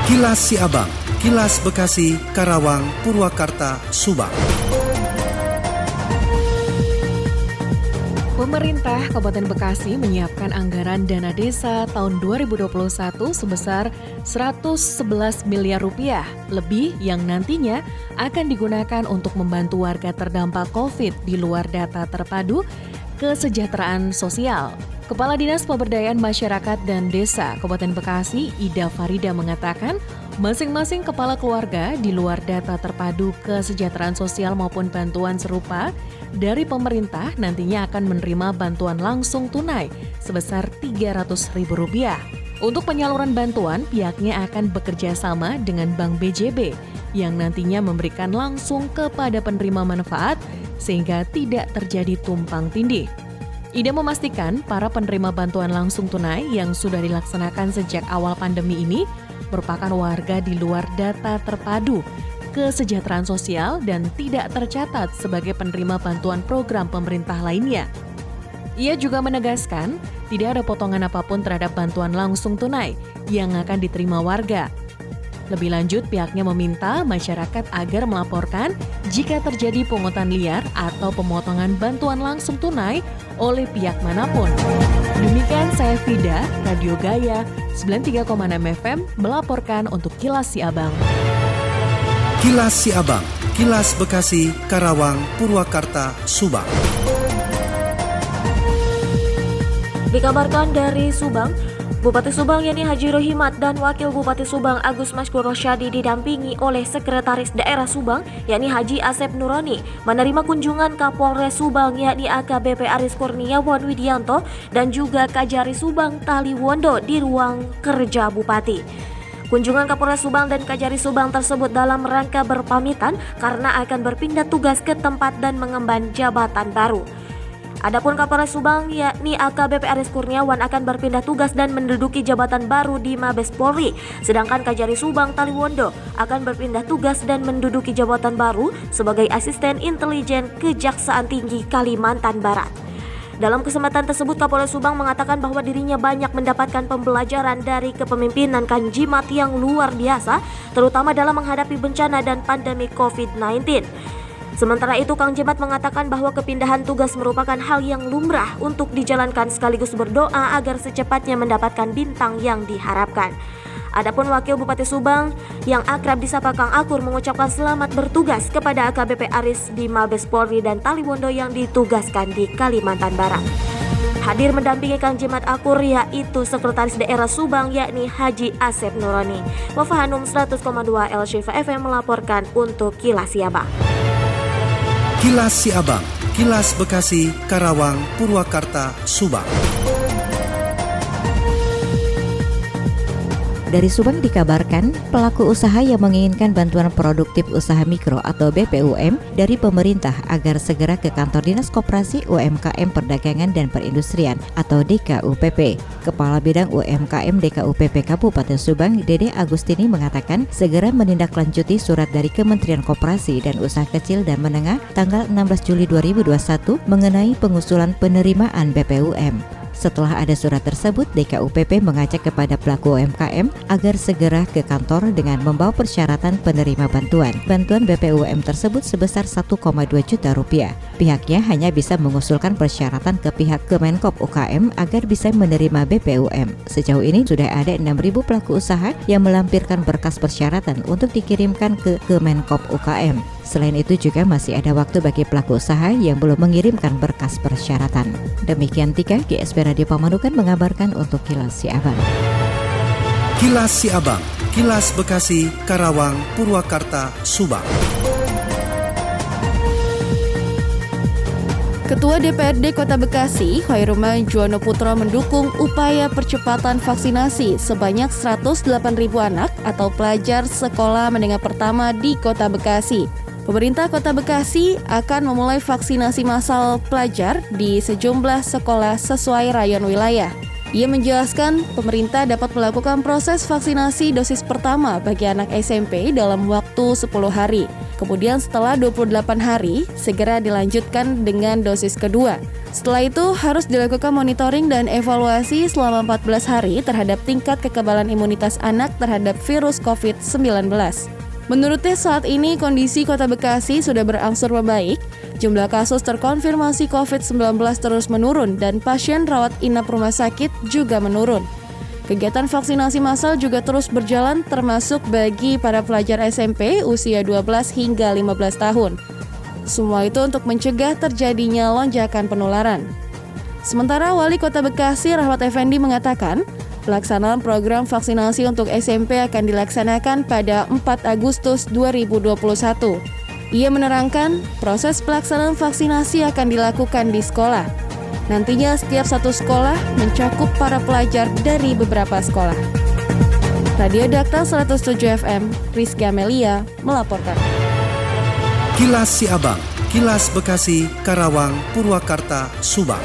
Kilas Siabang, Kilas Bekasi, Karawang, Purwakarta, Subang. Pemerintah Kabupaten Bekasi menyiapkan anggaran dana desa tahun 2021 sebesar 111 miliar rupiah lebih yang nantinya akan digunakan untuk membantu warga terdampak COVID di luar data terpadu kesejahteraan sosial. Kepala Dinas Pemberdayaan Masyarakat dan Desa Kabupaten Bekasi, Ida Farida mengatakan, masing-masing kepala keluarga di luar data terpadu kesejahteraan sosial maupun bantuan serupa dari pemerintah nantinya akan menerima bantuan langsung tunai sebesar Rp300.000. Untuk penyaluran bantuan, pihaknya akan bekerja sama dengan Bank BJB yang nantinya memberikan langsung kepada penerima manfaat sehingga tidak terjadi tumpang tindih. Ida memastikan para penerima bantuan langsung tunai yang sudah dilaksanakan sejak awal pandemi ini merupakan warga di luar data terpadu kesejahteraan sosial dan tidak tercatat sebagai penerima bantuan program pemerintah lainnya. Ia juga menegaskan tidak ada potongan apapun terhadap bantuan langsung tunai yang akan diterima warga. Lebih lanjut, pihaknya meminta masyarakat agar melaporkan jika terjadi pungutan liar atau pemotongan bantuan langsung tunai oleh pihak manapun. Demikian saya Fida, Radio Gaya 93,6 FM melaporkan untuk Kilas Siabang. Kilas Siabang, Kilas Bekasi, Karawang, Purwakarta, Subang. Dikabarkan dari Subang, Bupati Subang yakni Haji Rohimat dan Wakil Bupati Subang Agus Maskur Rosyadi didampingi oleh Sekretaris Daerah Subang yakni Haji Asep Nurani menerima kunjungan Kapolres Subang yakni AKBP Aris Kurniawan Widianto dan juga Kajari Subang Taliwondo di ruang kerja Bupati. Kunjungan Kapolres Subang dan Kajari Subang tersebut dalam rangka berpamitan karena akan berpindah tugas ke tempat dan mengemban jabatan baru. Adapun Kapolres Subang yakni AKBP Aris Kurniawan akan berpindah tugas dan menduduki jabatan baru di Mabes Polri, sedangkan Kajari Subang Taliwondo akan berpindah tugas dan menduduki jabatan baru sebagai Asisten Intelijen Kejaksaan Tinggi Kalimantan Barat. Dalam kesempatan tersebut, Kapolres Subang mengatakan bahwa dirinya banyak mendapatkan pembelajaran dari kepemimpinan Kang Jimat yang luar biasa, terutama dalam menghadapi bencana dan pandemi COVID-19. Sementara itu, Kang Jimat mengatakan bahwa kepindahan tugas merupakan hal yang lumrah untuk dijalankan sekaligus berdoa agar secepatnya mendapatkan bintang yang diharapkan. Adapun Wakil Bupati Subang yang akrab disapa Kang Akur mengucapkan selamat bertugas kepada AKBP Aris di Mabes Polri dan Taliwondo yang ditugaskan di Kalimantan Barat. Hadir mendampingi Kang Jimat Akur yaitu Sekretaris Daerah Subang yakni Haji Asep Nurani. Wafa Hanum 100,2 El Shifa FM melaporkan untuk Kilas Siabang. Kilas Siabang, Kilas Bekasi, Karawang, Purwakarta, Subang. Dari Subang dikabarkan, pelaku usaha yang menginginkan bantuan produktif usaha mikro atau BPUM dari pemerintah agar segera ke kantor Dinas Koperasi UMKM Perdagangan dan Perindustrian atau DKUPP. Kepala Bidang UMKM DKUPP Kabupaten Subang, Dede Agustini mengatakan segera menindaklanjuti surat dari Kementerian Koperasi dan Usaha Kecil dan Menengah tanggal 16 Juli 2021 mengenai pengusulan penerimaan BPUM. Setelah ada surat tersebut, DKUPP mengajak kepada pelaku UMKM agar segera ke kantor dengan membawa persyaratan penerima bantuan. Bantuan BPUM tersebut sebesar 1,2 juta rupiah. Pihaknya hanya bisa mengusulkan persyaratan ke pihak Kemenkop UKM agar bisa menerima BPUM. Sejauh ini sudah ada 6.000 pelaku usaha yang melampirkan berkas persyaratan untuk dikirimkan ke Kemenkop UKM. Selain itu juga masih ada waktu bagi pelaku usaha yang belum mengirimkan berkas persyaratan. Demikian Tika, GSP Radio Pamanukan mengabarkan untuk Kilas Siabang. Kilas Siabang, Kilas Bekasi, Karawang, Purwakarta, Subang. Ketua DPRD Kota Bekasi, Hoiruma Juwono Putra mendukung upaya percepatan vaksinasi sebanyak 108.000 anak atau pelajar sekolah menengah pertama di Kota Bekasi. Pemerintah Kota Bekasi akan memulai vaksinasi massal pelajar di sejumlah sekolah sesuai rayon wilayah. Ia menjelaskan pemerintah dapat melakukan proses vaksinasi dosis pertama bagi anak SMP dalam waktu 10 hari. Kemudian setelah 28 hari, segera dilanjutkan dengan dosis kedua. Setelah itu harus dilakukan monitoring dan evaluasi selama 14 hari terhadap tingkat kekebalan imunitas anak terhadap virus COVID-19. Menurutnya saat ini kondisi Kota Bekasi sudah berangsur membaik, jumlah kasus terkonfirmasi COVID-19 terus menurun dan pasien rawat inap rumah sakit juga menurun. Kegiatan vaksinasi massal juga terus berjalan termasuk bagi para pelajar SMP usia 12 hingga 15 tahun. Semua itu untuk mencegah terjadinya lonjakan penularan. Sementara Wali Kota Bekasi Rahmat Effendi mengatakan, pelaksanaan program vaksinasi untuk SMP akan dilaksanakan pada 4 Agustus 2021. Ia menerangkan, proses pelaksanaan vaksinasi akan dilakukan di sekolah. Nantinya setiap satu sekolah mencakup para pelajar dari beberapa sekolah. Radio Dakta 107 FM, Rizky Amelia melaporkan. Kilas Siabang, Kilas Bekasi, Karawang, Purwakarta, Subang.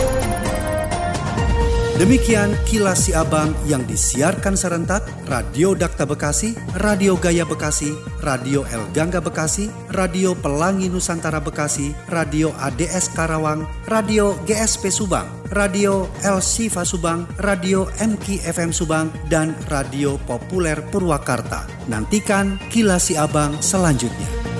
Demikian Kilas Siabang yang disiarkan serentak Radio Dakta Bekasi, Radio Gaya Bekasi, Radio El Gangga Bekasi, Radio Pelangi Nusantara Bekasi, Radio ADS Karawang, Radio GSP Subang, Radio El Sifa Subang, Radio MK FM Subang, dan Radio Populer Purwakarta. Nantikan Kilas Siabang selanjutnya.